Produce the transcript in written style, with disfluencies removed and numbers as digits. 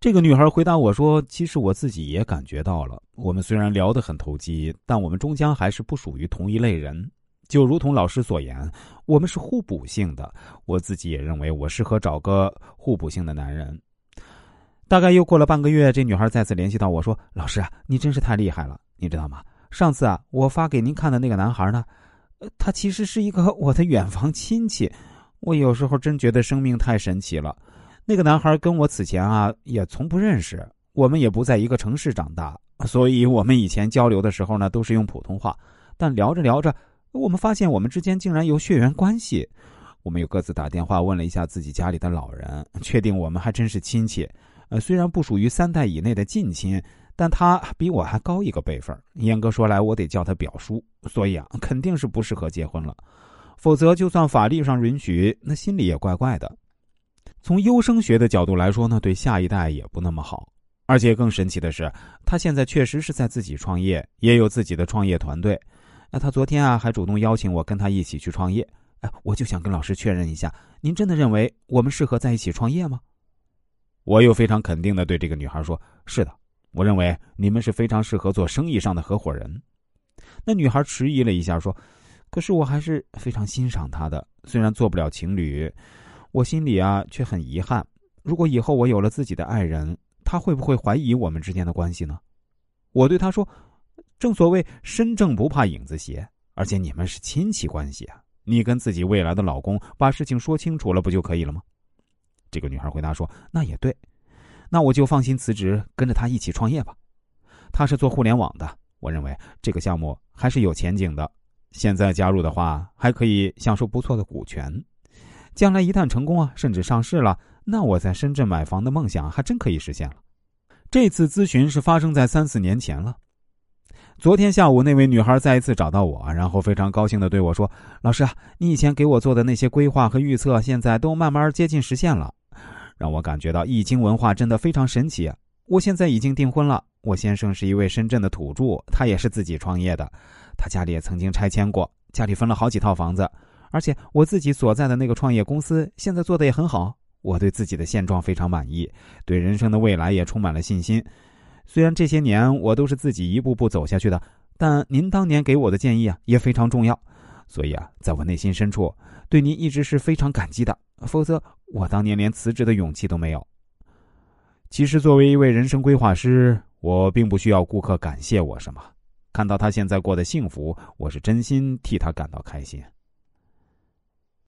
这个女孩回答我说，其实我自己也感觉到了，我们虽然聊得很投机，但我们终将还是不属于同一类人。就如同老师所言，我们是互补性的，我自己也认为我适合找个互补性的男人。大概又过了半个月，这女孩再次联系到我说，老师啊，你真是太厉害了，你知道吗？上次啊，我发给您看的那个男孩呢，他其实是一个我的远房亲戚。我有时候真觉得生命太神奇了。那个男孩跟我此前啊也从不认识，我们也不在一个城市长大，所以我们以前交流的时候呢都是用普通话，但聊着聊着，我们发现我们之间竟然有血缘关系。我们又各自打电话问了一下自己家里的老人，确定我们还真是亲戚。虽然不属于3代以内的近亲，但他比我还高一个辈分，严格说来我得叫他表叔，所以啊肯定是不适合结婚了。否则就算法律上允许，那心里也怪怪的。从优生学的角度来说呢，对下一代也不那么好。而且更神奇的是，他现在确实是在自己创业，也有自己的创业团队。他昨天啊还主动邀请我跟他一起去创业。我就想跟老师确认一下，您真的认为我们适合在一起创业吗？我又非常肯定地对这个女孩说，是的，我认为你们是非常适合做生意上的合伙人。那女孩迟疑了一下说，可是我还是非常欣赏他的，虽然做不了情侣，我心里啊却很遗憾，如果以后我有了自己的爱人，他会不会怀疑我们之间的关系呢？我对他说，正所谓身正不怕影子斜，而且你们是亲戚关系啊，你跟自己未来的老公把事情说清楚了不就可以了吗？这个女孩回答说，那也对，那我就放心辞职跟着他一起创业吧。他是做互联网的，我认为这个项目还是有前景的，现在加入的话还可以享受不错的股权，将来一旦成功啊，甚至上市了，那我在深圳买房的梦想还真可以实现了。这次咨询是发生在3-4年前了。昨天下午那位女孩再一次找到我，然后非常高兴地对我说，老师啊，你以前给我做的那些规划和预测现在都慢慢接近实现了，让我感觉到易经文化真的非常神奇。我现在已经订婚了，我先生是一位深圳的土著，他也是自己创业的，他家里也曾经拆迁过，家里分了好几套房子，而且我自己所在的那个创业公司现在做得也很好，我对自己的现状非常满意，对人生的未来也充满了信心。虽然这些年我都是自己一步步走下去的，但您当年给我的建议啊也非常重要，所以啊在我内心深处对您一直是非常感激的，否则我当年连辞职的勇气都没有。其实作为一位人生规划师，我并不需要顾客感谢我什么，看到他现在过得幸福，我是真心替他感到开心。